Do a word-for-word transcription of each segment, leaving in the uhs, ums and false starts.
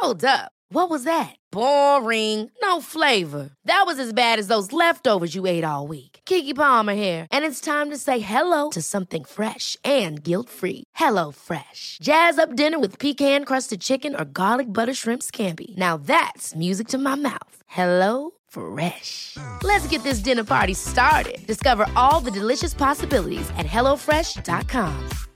Hold up. What was that? Boring. No flavor. That was as bad as those leftovers you ate all week. Keke Palmer here, and it's time to say hello to something fresh and guilt-free. Hello Fresh. Jazz up dinner with pecan-crusted chicken or garlic butter shrimp scampi. Now that's music to my mouth. Hello Fresh. Let's get this dinner party started. Discover all the delicious possibilities at hello fresh dot com.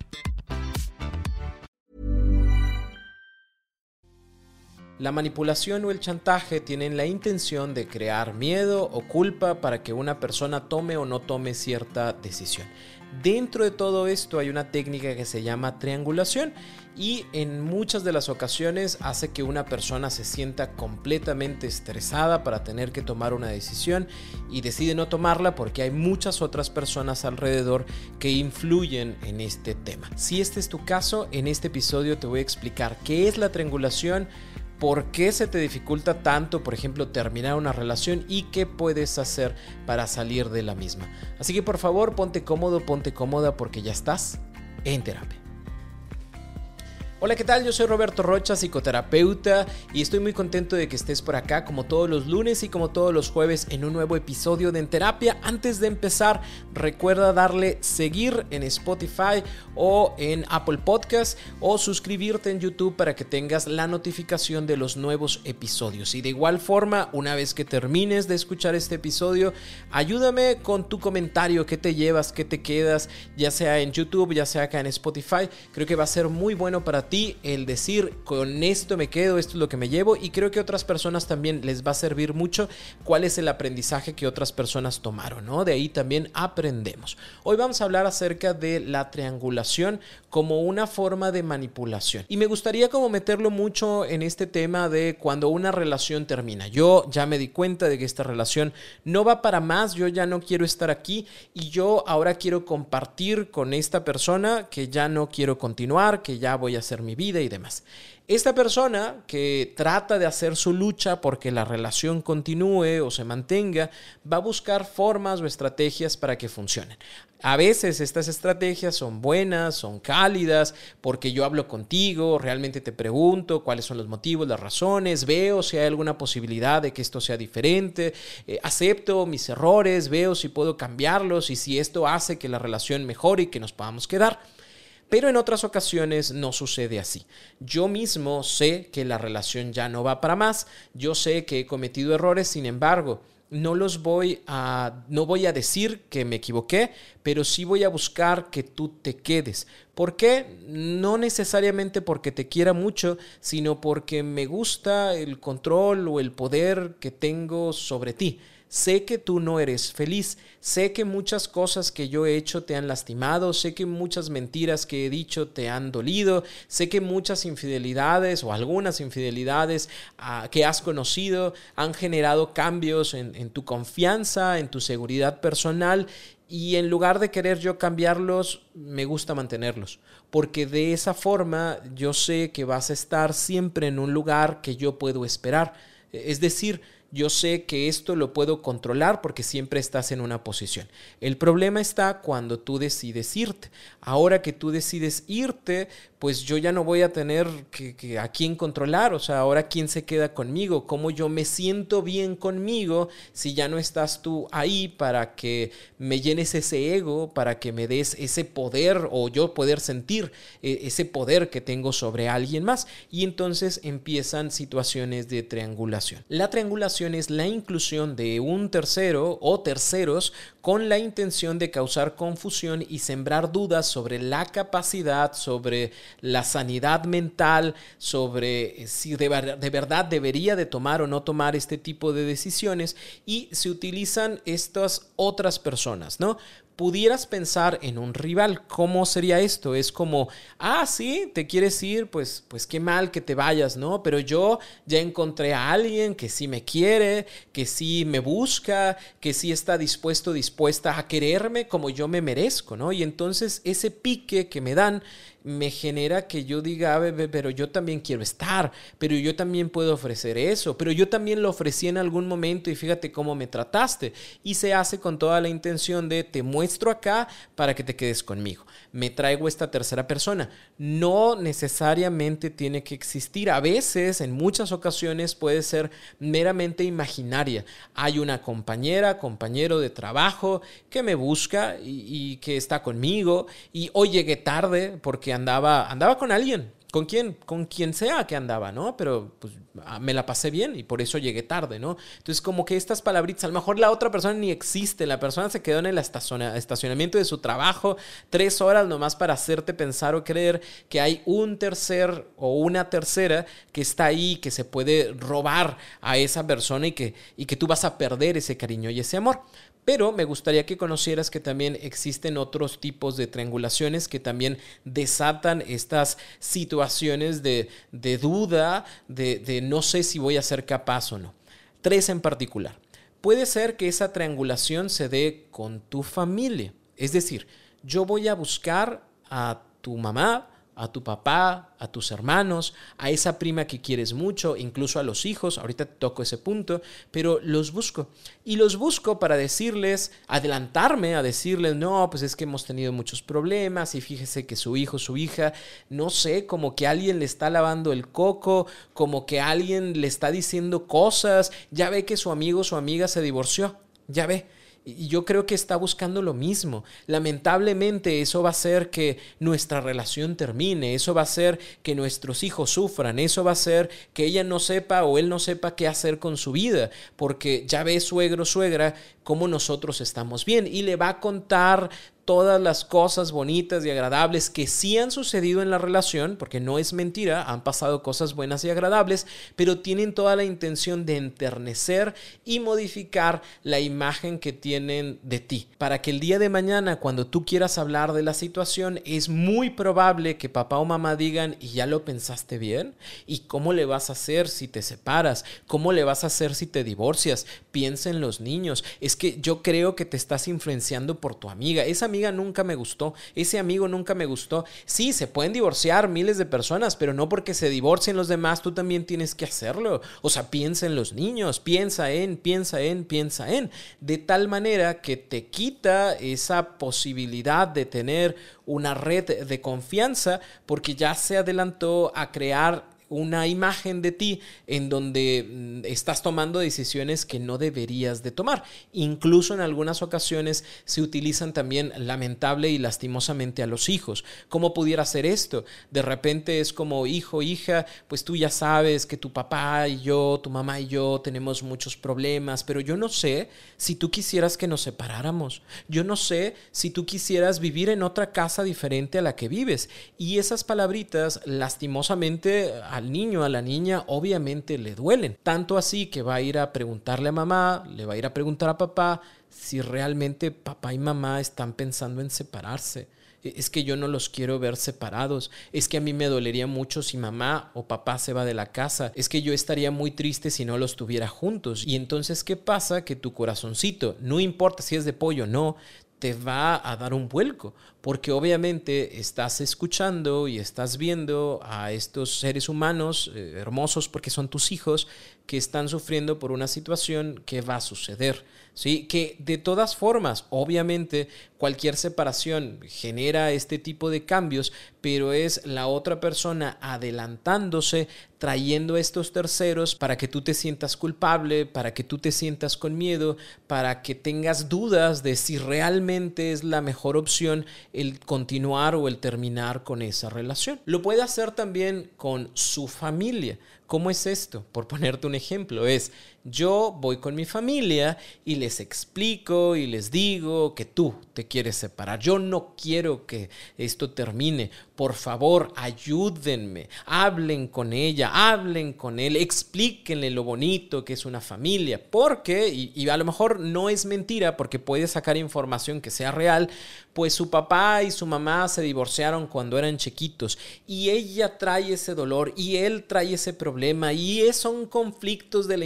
La manipulación o el chantaje tienen la intención de crear miedo o culpa para que una persona tome o no tome cierta decisión. Dentro de todo esto hay una técnica que se llama triangulación y en muchas de las ocasiones hace que una persona se sienta completamente estresada para tener que tomar una decisión y decide no tomarla porque hay muchas otras personas alrededor que influyen en este tema. Si este es tu caso, en este episodio te voy a explicar qué es la triangulación, por qué se te dificulta tanto, por ejemplo, terminar una relación y qué puedes hacer para salir de la misma. Así que por favor, ponte cómodo, ponte cómoda porque ya estás en terapia. Hola, ¿qué tal? Yo soy Roberto Rocha, psicoterapeuta, y estoy muy contento de que estés por acá como todos los lunes y como todos los jueves en un nuevo episodio de En Terapia. Antes de empezar, recuerda darle seguir en Spotify o en Apple Podcast o suscribirte en YouTube para que tengas la notificación de los nuevos episodios. Y de igual forma, una vez que termines de escuchar este episodio, ayúdame con tu comentario, qué te llevas, qué te quedas, ya sea en YouTube, ya sea acá en Spotify. Creo que va a ser muy bueno para ti ti el decir, con esto me quedo, esto es lo que me llevo, y creo que a otras personas también les va a servir mucho cuál es el aprendizaje que otras personas tomaron, ¿no? De ahí también aprendemos. Hoy vamos a hablar acerca de la triangulación como una forma de manipulación, y me gustaría como meterlo mucho en este tema de cuando una relación termina. Yo ya me di cuenta de que esta relación no va para más, yo ya no quiero estar aquí y yo ahora quiero compartir con esta persona que ya no quiero continuar, que ya voy a hacer mi vida y demás. Esta persona que trata de hacer su lucha porque la relación continúe o se mantenga, va a buscar formas o estrategias para que funcionen. A veces estas estrategias son buenas, son cálidas, porque yo hablo contigo, realmente te pregunto cuáles son los motivos, las razones, veo si hay alguna posibilidad de que esto sea diferente, eh, acepto mis errores, veo si puedo cambiarlos y si esto hace que la relación mejore y que nos podamos quedar. Pero en otras ocasiones no sucede así. Yo mismo sé que la relación ya no va para más, yo sé que he cometido errores, sin embargo, no los voy a, no voy a decir que me equivoqué, pero sí voy a buscar que tú te quedes. ¿Por qué? No necesariamente porque te quiera mucho, sino porque me gusta el control o el poder que tengo sobre ti. Sé que tú no eres feliz, sé que muchas cosas que yo he hecho te han lastimado, sé que muchas mentiras que he dicho te han dolido, sé que muchas infidelidades o algunas infidelidades uh, que has conocido han generado cambios en, en tu confianza, en tu seguridad personal, y en lugar de querer yo cambiarlos, me gusta mantenerlos, porque de esa forma yo sé que vas a estar siempre en un lugar que yo puedo esperar, es decir, yo sé que esto lo puedo controlar porque siempre estás en una posición. El problema está cuando tú decides irte. Ahora que tú decides irte, pues yo ya no voy a tener que, que a quién controlar. O sea, ahora quién se queda conmigo, cómo yo me siento bien conmigo si ya no estás tú ahí para que me llenes ese ego, para que me des ese poder o yo poder sentir eh, ese poder que tengo sobre alguien más. Y entonces empiezan situaciones de triangulación. La triangulación es la inclusión de un tercero o terceros con la intención de causar confusión y sembrar dudas sobre la capacidad, sobre la sanidad mental, sobre si de, de verdad debería de tomar o no tomar este tipo de decisiones, y se utilizan estas otras personas, ¿no? Pudieras pensar en un rival. ¿Cómo sería esto? Es como, ah, sí, te quieres ir, pues, pues qué mal que te vayas, ¿no? Pero yo ya encontré a alguien que sí me quiere, que sí me busca, que sí está dispuesto, dispuesta a quererme como yo me merezco, ¿no? Y entonces ese pique que me dan me genera que yo diga, a ver, pero yo también quiero estar, pero yo también puedo ofrecer eso, pero yo también lo ofrecí en algún momento y fíjate cómo me trataste. Y se hace con toda la intención de te muestro acá para que te quedes conmigo. Me traigo esta tercera persona. No necesariamente tiene que existir. A veces, en muchas ocasiones, puede ser meramente imaginaria. Hay una compañera, compañero de trabajo que me busca y, y que está conmigo y hoy llegué tarde porque andaba, andaba con alguien. ¿Con quién? Con quien sea que andaba, ¿no? Pero pues, me la pasé bien y por eso llegué tarde, ¿no? Entonces, como que estas palabritas, a lo mejor la otra persona ni existe. La persona se quedó en el estacionamiento de su trabajo tres horas nomás para hacerte pensar o creer que hay un tercer o una tercera que está ahí, que se puede robar a esa persona y que, y que tú vas a perder ese cariño y ese amor. Pero me gustaría que conocieras que también existen otros tipos de triangulaciones que también desatan estas situaciones de, de duda, de, de no sé si voy a ser capaz o no. Tres en particular. Puede ser que esa triangulación se dé con tu familia. Es decir, yo voy a buscar a tu mamá, a tu papá, a tus hermanos, a esa prima que quieres mucho, incluso a los hijos, ahorita te toco ese punto, pero los busco. Y los busco para decirles, adelantarme a decirles, no, pues es que hemos tenido muchos problemas y fíjese que su hijo, su hija, no sé, como que alguien le está lavando el coco, como que alguien le está diciendo cosas, ya ve que su amigo o su amiga se divorció, ya ve. Y yo creo que está buscando lo mismo. Lamentablemente eso va a hacer que nuestra relación termine, eso va a hacer que nuestros hijos sufran, eso va a hacer que ella no sepa o él no sepa qué hacer con su vida, porque ya ve suegro, suegra, cómo nosotros estamos bien y le va a contar todas las cosas bonitas y agradables que sí han sucedido en la relación, porque no es mentira, han pasado cosas buenas y agradables, pero tienen toda la intención de enternecer y modificar la imagen que tienen de ti, para que el día de mañana, cuando tú quieras hablar de la situación, es muy probable que papá o mamá digan, ¿y ya lo pensaste bien? ¿Y cómo le vas a hacer si te separas? ¿Cómo le vas a hacer si te divorcias? Piensa en los niños. Es que yo creo que te estás influenciando por tu amiga. Esa amiga nunca me gustó, ese amigo nunca me gustó. Sí, se pueden divorciar miles de personas, pero no porque se divorcien los demás, tú también tienes que hacerlo. O sea, piensa en los niños, piensa en, piensa en, piensa en, de tal manera que te quita esa posibilidad de tener una red de confianza porque ya se adelantó a crear una imagen de ti en donde estás tomando decisiones que no deberías de tomar. Incluso en algunas ocasiones se utilizan también lamentable y lastimosamente a los hijos. ¿Cómo pudiera ser esto? De repente es como, hijo, hija, pues tú ya sabes que tu papá y yo, tu mamá y yo tenemos muchos problemas, pero yo no sé si tú quisieras que nos separáramos. Yo no sé si tú quisieras vivir en otra casa diferente a la que vives. Y esas palabritas, lastimosamente, al niño, a la niña, obviamente le duelen. Tanto así que va a ir a preguntarle a mamá, le va a ir a preguntar a papá si realmente papá y mamá están pensando en separarse. Es que yo no los quiero ver separados. Es que a mí me dolería mucho si mamá o papá se va de la casa. Es que yo estaría muy triste si no los tuviera juntos. Y entonces, ¿qué pasa? Que tu corazoncito, no importa si es de pollo o no, te va a dar un vuelco, porque obviamente estás escuchando y estás viendo a estos seres humanos eh, hermosos, porque son tus hijos, que están sufriendo por una situación que va a suceder, ¿sí? Que de todas formas, obviamente, cualquier separación genera este tipo de cambios, pero es la otra persona adelantándose, trayendo a estos terceros para que tú te sientas culpable, para que tú te sientas con miedo, para que tengas dudas de si realmente es la mejor opción el continuar o el terminar con esa relación. Lo puede hacer también con su familia. ¿Cómo es esto? Por ponerte un ejemplo, es yo voy con mi familia y les explico y les digo que tú te quieres separar. Yo no quiero que esto termine. Por favor, ayúdenme, hablen con ella, hablen con él, explíquenle lo bonito que es una familia. Porque, y, y a lo mejor no es mentira porque puede sacar información que sea real, pues su papá y su mamá se divorciaron cuando eran chiquitos y ella trae ese dolor y él trae ese problema y son conflictos de la infancia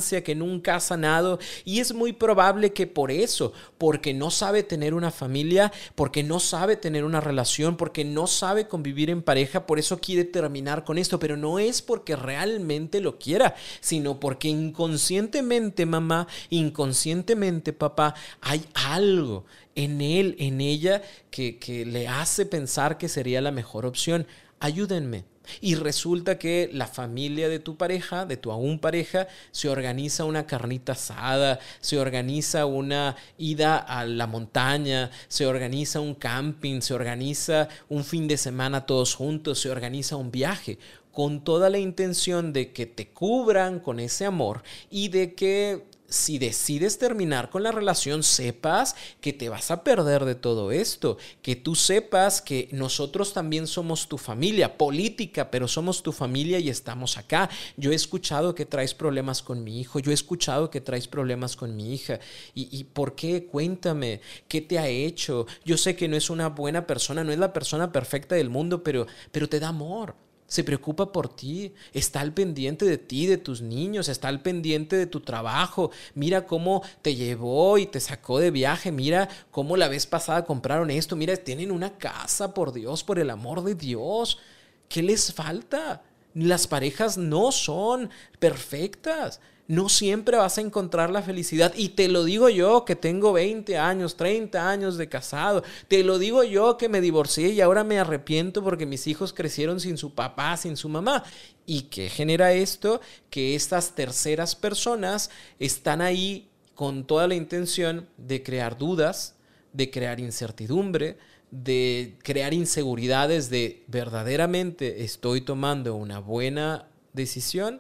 infancia que nunca ha sanado y es muy probable que por eso, porque no sabe tener una familia, porque no sabe tener una relación, porque no sabe convivir en pareja, por eso quiere terminar con esto, pero no es porque realmente lo quiera, sino porque inconscientemente, mamá, inconscientemente, papá, hay algo en él, en ella, que, que le hace pensar que sería la mejor opción. Ayúdenme. Y resulta que la familia de tu pareja, de tu aún pareja, se organiza una carnita asada, se organiza una ida a la montaña, se organiza un camping, se organiza un fin de semana todos juntos, se organiza un viaje, con toda la intención de que te cubran con ese amor y de que si decides terminar con la relación, sepas que te vas a perder de todo esto, que tú sepas que nosotros también somos tu familia política, pero somos tu familia y estamos acá. Yo he escuchado que traes problemas con mi hijo, yo he escuchado que traes problemas con mi hija. ¿Y, y por qué? Cuéntame, ¿qué te ha hecho? Yo sé que no es una buena persona, no es la persona perfecta del mundo, pero, pero te da amor. Se preocupa por ti, está al pendiente de ti, de tus niños, está al pendiente de tu trabajo. Mira cómo te llevó y te sacó de viaje, mira cómo la vez pasada compraron esto, mira, tienen una casa, por Dios, por el amor de Dios. ¿Qué les falta? Las parejas no son perfectas. No siempre vas a encontrar la felicidad y te lo digo yo que tengo veinte años, treinta años de casado, te lo digo yo que me divorcié y ahora me arrepiento porque mis hijos crecieron sin su papá, sin su mamá. ¿Y qué genera esto? Que estas terceras personas están ahí con toda la intención de crear dudas, de crear incertidumbre, de crear inseguridades de verdaderamente estoy tomando una buena decisión.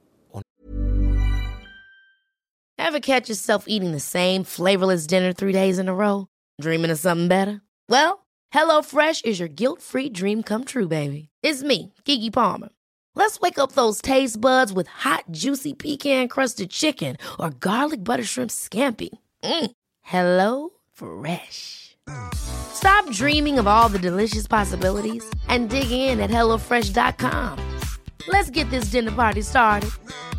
Ever catch yourself eating the same flavorless dinner three days in a row? Dreaming of something better? Well, HelloFresh is your guilt-free dream come true, baby. It's me, Keke Palmer. Let's wake up those taste buds with hot, juicy pecan-crusted chicken or garlic butter shrimp scampi. Mm. Hello Fresh. Stop dreaming of all the delicious possibilities and dig in at hello fresh dot com. Let's get this dinner party started.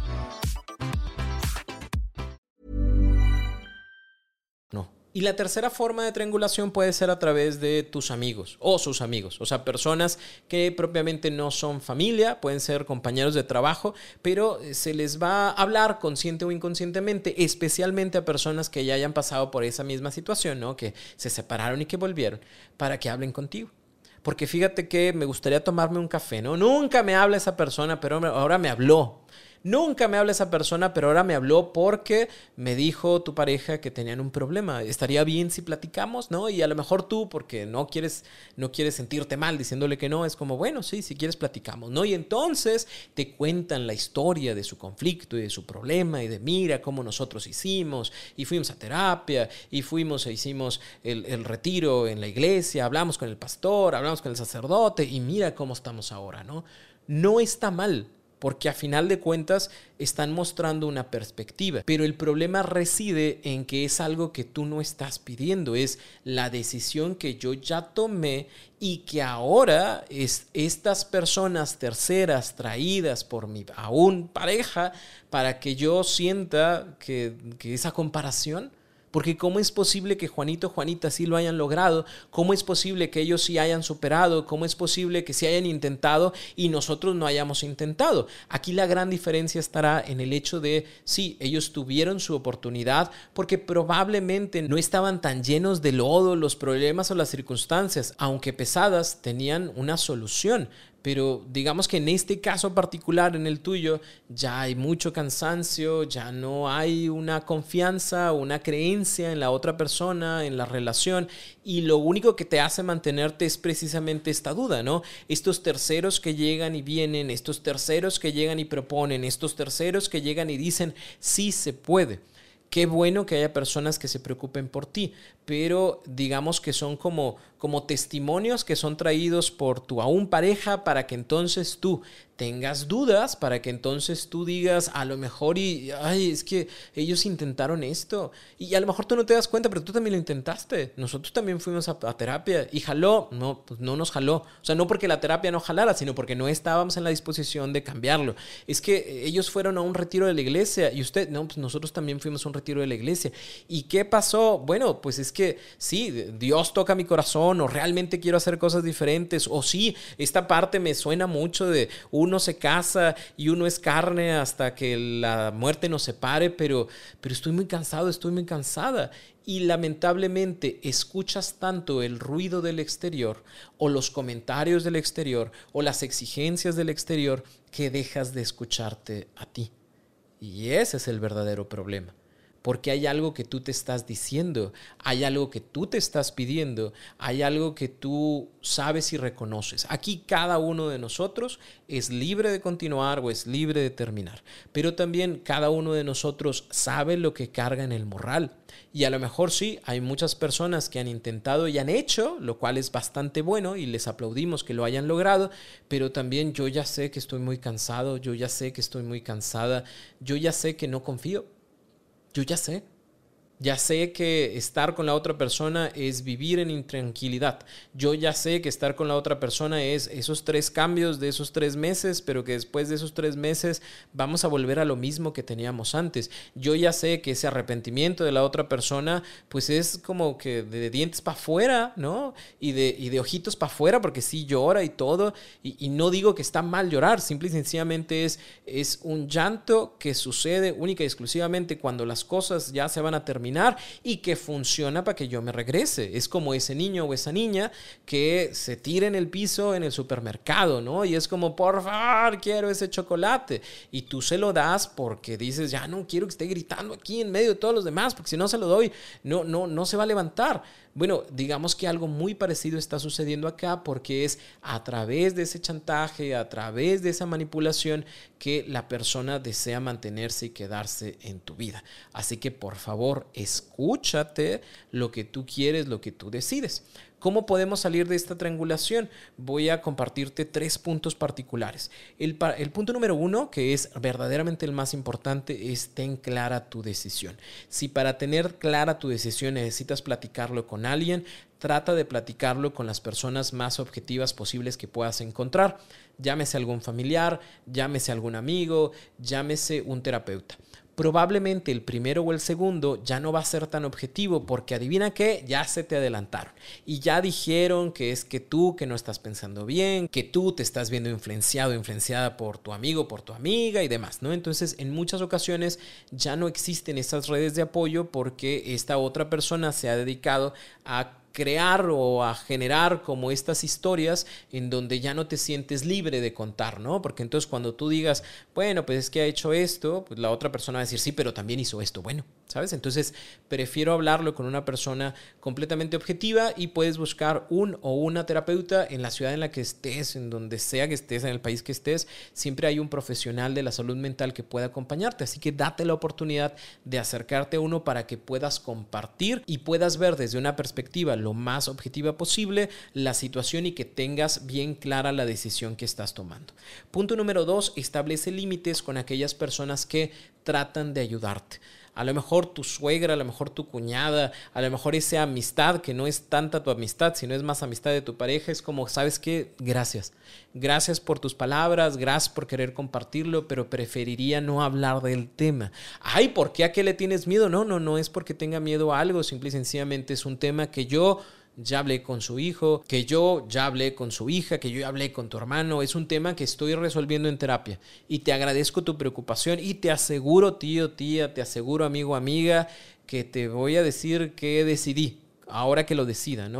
Y la tercera forma de triangulación puede ser a través de tus amigos o sus amigos, o sea, personas que propiamente no son familia, pueden ser compañeros de trabajo, pero se les va a hablar consciente o inconscientemente, especialmente a personas que ya hayan pasado por esa misma situación, ¿no? Que se separaron y que volvieron, para que hablen contigo. Porque fíjate que me gustaría tomarme un café, ¿no? Nunca me habla esa persona, pero ahora me habló. Nunca me habla esa persona, pero ahora me habló porque me dijo tu pareja que tenían un problema. Estaría bien si platicamos, ¿no? Y a lo mejor tú, porque no quieres, no quieres sentirte mal diciéndole que no, es como, bueno, sí, si quieres platicamos, ¿no? Y entonces te cuentan la historia de su conflicto y de su problema y de mira cómo nosotros hicimos y fuimos a terapia y fuimos e hicimos el, el retiro en la iglesia, hablamos con el pastor, hablamos con el sacerdote y mira cómo estamos ahora, ¿no? No está mal. Porque a final de cuentas están mostrando una perspectiva. Pero el problema reside en que es algo que tú no estás pidiendo. Es la decisión que yo ya tomé y que ahora es estas personas terceras traídas por mi aún pareja para que yo sienta que, que esa comparación. Porque ¿cómo es posible que Juanito o Juanita sí lo hayan logrado? ¿Cómo es posible que ellos sí hayan superado? ¿Cómo es posible que sí hayan intentado y nosotros no hayamos intentado? Aquí la gran diferencia estará en el hecho de, sí, ellos tuvieron su oportunidad porque probablemente no estaban tan llenos de lodo los problemas o las circunstancias, aunque pesadas, tenían una solución. Pero digamos que en este caso particular, en el tuyo, ya hay mucho cansancio, ya no hay una confianza, una creencia en la otra persona, en la relación, y lo único que te hace mantenerte es precisamente esta duda, ¿no? Estos terceros que llegan y vienen, estos terceros que llegan y proponen, estos terceros que llegan y dicen, sí se puede. Qué bueno que haya personas que se preocupen por ti, pero digamos que son como, como testimonios que son traídos por tu aún pareja para que entonces tú tengas dudas, para que entonces tú digas a lo mejor y ay, es que ellos intentaron esto y a lo mejor tú no te das cuenta, pero tú también lo intentaste. Nosotros también fuimos a, a terapia y jaló, no, pues no nos jaló. O sea, no porque la terapia no jalara, sino porque no estábamos en la disposición de cambiarlo. Es que ellos fueron a un retiro de la iglesia y usted, no, pues nosotros también fuimos a un retiro de la iglesia. ¿Y qué pasó? Bueno, pues es que sí, Dios toca mi corazón o realmente quiero hacer cosas diferentes o sí, esta parte me suena mucho de uno se casa y uno es carne hasta que la muerte nos separe, pero, pero estoy muy cansado, estoy muy cansada. Y lamentablemente escuchas tanto el ruido del exterior o los comentarios del exterior o las exigencias del exterior que dejas de escucharte a ti. Y ese es el verdadero problema. Porque hay algo que tú te estás diciendo, hay algo que tú te estás pidiendo, hay algo que tú sabes y reconoces. Aquí cada uno de nosotros es libre de continuar o es libre de terminar, pero también cada uno de nosotros sabe lo que carga en el morral. Y a lo mejor sí, hay muchas personas que han intentado y han hecho, lo cual es bastante bueno y les aplaudimos que lo hayan logrado, pero también yo ya sé que estoy muy cansado, yo ya sé que estoy muy cansada, yo ya sé que no confío. Yo ya sé, ya sé que estar con la otra persona es vivir en intranquilidad. Yo ya sé que estar con la otra persona es esos tres cambios de esos tres meses, pero que después de esos tres meses vamos a volver a lo mismo que teníamos antes. Yo ya sé que ese arrepentimiento de la otra persona pues es como que de dientes para afuera, ¿no? Y de, y de ojitos para afuera porque sí llora y todo. Y, y no digo que está mal llorar, simple y sencillamente es, es un llanto que sucede única y exclusivamente cuando las cosas ya se van a terminar y que funciona para que yo me regrese. Es como ese niño o esa niña que se tira en el piso en el supermercado, ¿no? Y es como, por favor, quiero ese chocolate. Y tú se lo das porque dices, ya no quiero que esté gritando aquí en medio de todos los demás, porque si no se lo doy, no, no, no se va a levantar. Bueno, digamos que algo muy parecido está sucediendo acá porque es a través de ese chantaje, a través de esa manipulación que la persona desea mantenerse y quedarse en tu vida. Así que por favor, escúchate lo que tú quieres, lo que tú decides. ¿Cómo podemos salir de esta triangulación? Voy a compartirte tres puntos particulares. El, el punto número uno, que es verdaderamente el más importante, es ten clara tu decisión. Si para tener clara tu decisión necesitas platicarlo con alguien, trata de platicarlo con las personas más objetivas posibles que puedas encontrar. Llámese algún familiar, llámese algún amigo, llámese un terapeuta. Probablemente el primero o el segundo ya no va a ser tan objetivo porque adivina qué, ya se te adelantaron y ya dijeron que es que tú que no estás pensando bien, que tú te estás viendo influenciado, influenciada por tu amigo, por tu amiga y demás, ¿no? Entonces en muchas ocasiones ya no existen esas redes de apoyo porque esta otra persona se ha dedicado a crear o a generar como estas historias en donde ya no te sientes libre de contar, ¿no? Porque entonces cuando tú digas, bueno, pues es que ha hecho esto, pues la otra persona va a decir, sí, pero también hizo esto, bueno, ¿sabes? Entonces prefiero hablarlo con una persona completamente objetiva y puedes buscar un o una terapeuta en la ciudad en la que estés, en donde sea que estés, en el país que estés, siempre hay un profesional de la salud mental que pueda acompañarte, así que date la oportunidad de acercarte a uno para que puedas compartir y puedas ver desde una perspectiva lo más objetiva posible la situación y que tengas bien clara la decisión que estás tomando. Punto número dos, establece límites con aquellas personas que tratan de ayudarte. A lo mejor tu suegra, a lo mejor tu cuñada, a lo mejor esa amistad que no es tanta tu amistad, sino es más amistad de tu pareja, es como, ¿sabes qué? Gracias. Gracias por tus palabras, gracias por querer compartirlo, pero preferiría no hablar del tema. Ay, ¿por qué a qué le tienes miedo? No, no, no es porque tenga miedo a algo, simple y sencillamente es un tema que yo ya hablé con su hijo, que yo ya hablé con su hija, que yo ya hablé con tu hermano. Es un tema que estoy resolviendo en terapia y te agradezco tu preocupación y te aseguro, tío, tía, te aseguro, amigo, amiga, que te voy a decir que decidí. Ahora que lo decida, ¿no?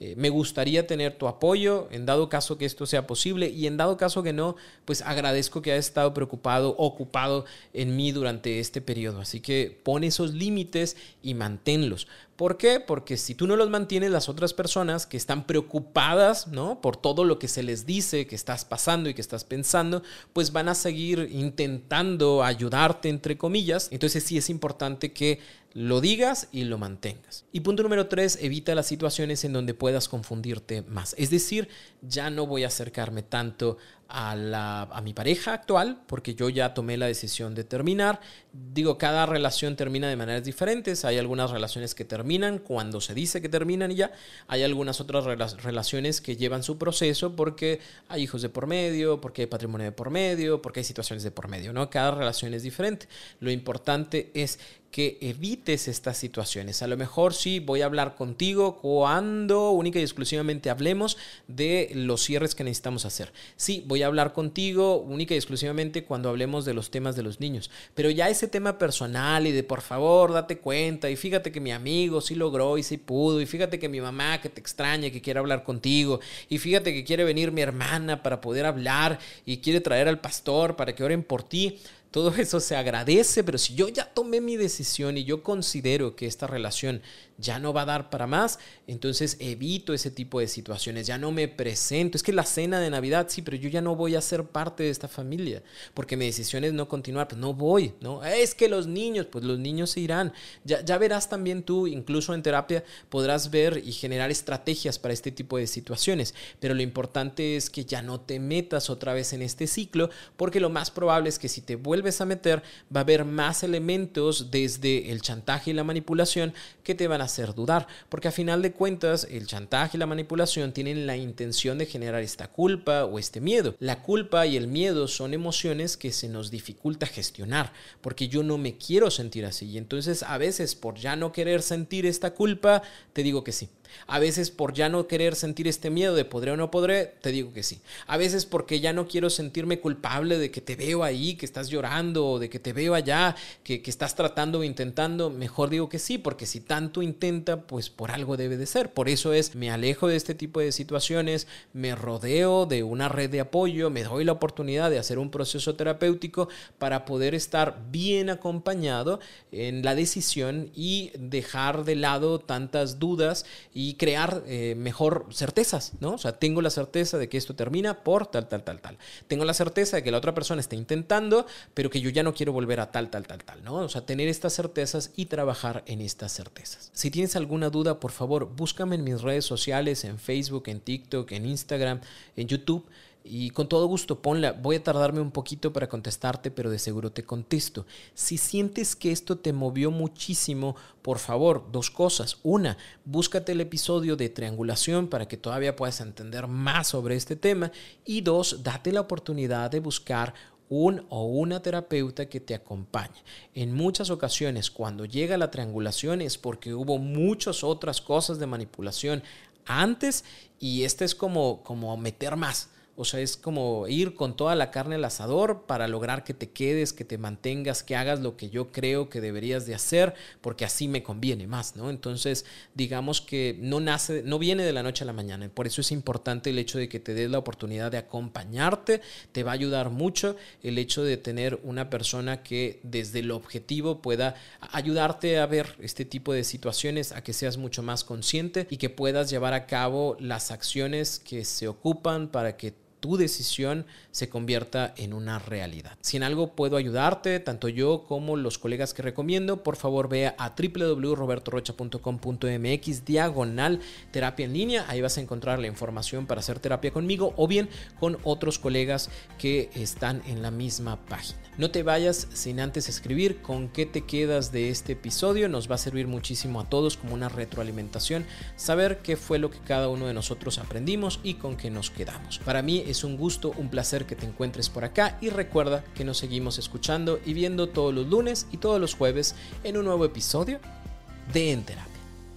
Eh, me gustaría tener tu apoyo en dado caso que esto sea posible, y en dado caso que no, pues agradezco que hayas estado preocupado, ocupado en mí durante este periodo. Así que pon esos límites y manténlos. ¿Por qué? Porque si tú no los mantienes, las otras personas que están preocupadas, ¿no?, por todo lo que se les dice que estás pasando y que estás pensando, pues van a seguir intentando ayudarte, entre comillas. Entonces sí es importante que lo digas y lo mantengas. Y punto número tres, evita las situaciones en donde puedas confundirte más. Es decir, ya no voy a acercarme tanto a, la, a mi pareja actual porque yo ya tomé la decisión de terminar. Digo, cada relación termina de maneras diferentes. Hay algunas relaciones que terminan cuando se dice que terminan y ya. Hay algunas otras rela- relaciones que llevan su proceso porque hay hijos de por medio, porque hay patrimonio de por medio, porque hay situaciones de por medio, ¿no? Cada relación es diferente. Lo importante es que evites estas situaciones. A lo mejor sí voy a hablar contigo cuando única y exclusivamente hablemos de los cierres que necesitamos hacer. Sí, voy a hablar contigo única y exclusivamente cuando hablemos de los temas de los niños. Pero ya ese tema personal y de por favor date cuenta y fíjate que mi amigo sí logró y sí pudo y fíjate que mi mamá que te extraña, que quiere hablar contigo y fíjate que quiere venir mi hermana para poder hablar y quiere traer al pastor para que oren por ti. Todo eso se agradece, pero si yo ya tomé mi decisión y yo considero que esta relación ya no va a dar para más, entonces evito ese tipo de situaciones, ya no me presento. Es que la cena de Navidad, sí, pero yo ya no voy a ser parte de esta familia, porque mi decisión es no continuar, pues no voy, ¿no? Es que los niños, pues los niños se irán. Ya, ya verás también tú, incluso en terapia, podrás ver y generar estrategias para este tipo de situaciones, pero lo importante es que ya no te metas otra vez en este ciclo, porque lo más probable es que si te vuelves a meter, va a haber más elementos desde el chantaje y la manipulación que te van a hacer dudar, porque a final de cuentas el chantaje y la manipulación tienen la intención de generar esta culpa o este miedo. La culpa y el miedo son emociones que se nos dificulta gestionar, porque yo no me quiero sentir así, y entonces a veces por ya no querer sentir esta culpa, te digo que sí. A veces por ya no querer sentir este miedo de podré o no podré, te digo que sí. A veces porque ya no quiero sentirme culpable de que te veo ahí, que estás llorando, o de que te veo allá, que, que estás tratando o intentando, mejor digo que sí, porque si tanto intenta, pues por algo debe de ser. Por eso es, me alejo de este tipo de situaciones, me rodeo de una red de apoyo, me doy la oportunidad de hacer un proceso terapéutico para poder estar bien acompañado en la decisión y dejar de lado tantas dudas y y crear eh, mejor certezas, ¿no? O sea, tengo la certeza de que esto termina por tal, tal, tal, tal. Tengo la certeza de que la otra persona está intentando, pero que yo ya no quiero volver a tal, tal, tal, tal, ¿no? O sea, tener estas certezas y trabajar en estas certezas. Si tienes alguna duda, por favor, búscame en mis redes sociales, en Facebook, en TikTok, en Instagram, en YouTube. Y con todo gusto ponla. Voy a tardarme un poquito para contestarte, pero de seguro te contesto. Si sientes que esto te movió muchísimo, por favor, dos cosas. Una, búscate el episodio de triangulación para que todavía puedas entender más sobre este tema. Y dos, date la oportunidad de buscar un o una terapeuta que te acompañe. En muchas ocasiones, cuando llega la triangulación es porque hubo muchas otras cosas de manipulación antes y este es como, como meter más. O sea, es como ir con toda la carne al asador para lograr que te quedes, que te mantengas, que hagas lo que yo creo que deberías de hacer, porque así me conviene más, ¿no? Entonces, digamos que no nace, no viene de la noche a la mañana. Por eso es importante el hecho de que te des la oportunidad de acompañarte. Te va a ayudar mucho el hecho de tener una persona que desde el objetivo pueda ayudarte a ver este tipo de situaciones, a que seas mucho más consciente y que puedas llevar a cabo las acciones que se ocupan para que tu decisión se convierta en una realidad. Si en algo puedo ayudarte, tanto yo como los colegas que recomiendo, por favor ve a doble u doble u doble u punto roberto rocha punto com punto m x diagonal terapia en línea. Ahí vas a encontrar la información para hacer terapia conmigo o bien con otros colegas que están en la misma página. No te vayas sin antes escribir con qué te quedas de este episodio. Nos va a servir muchísimo a todos como una retroalimentación, saber qué fue lo que cada uno de nosotros aprendimos y con qué nos quedamos. Para mí es un gusto, un placer que te encuentres por acá y recuerda que nos seguimos escuchando y viendo todos los lunes y todos los jueves en un nuevo episodio de En Terapia.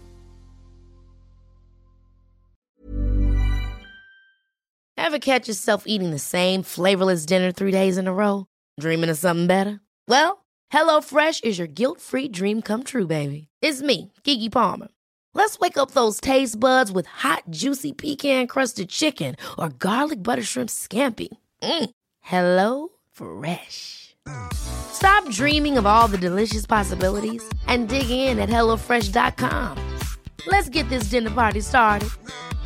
Ever catch yourself eating the same flavorless dinner three days in a row? Dreaming of something better? Well, HelloFresh is your guilt-free dream come true, baby. It's me, Keke Palmer. Let's wake up those taste buds with hot, juicy pecan-crusted chicken or garlic butter shrimp scampi. Mm. Hello Fresh. Stop dreaming of all the delicious possibilities and dig in at hello fresh dot com. Let's get this dinner party started.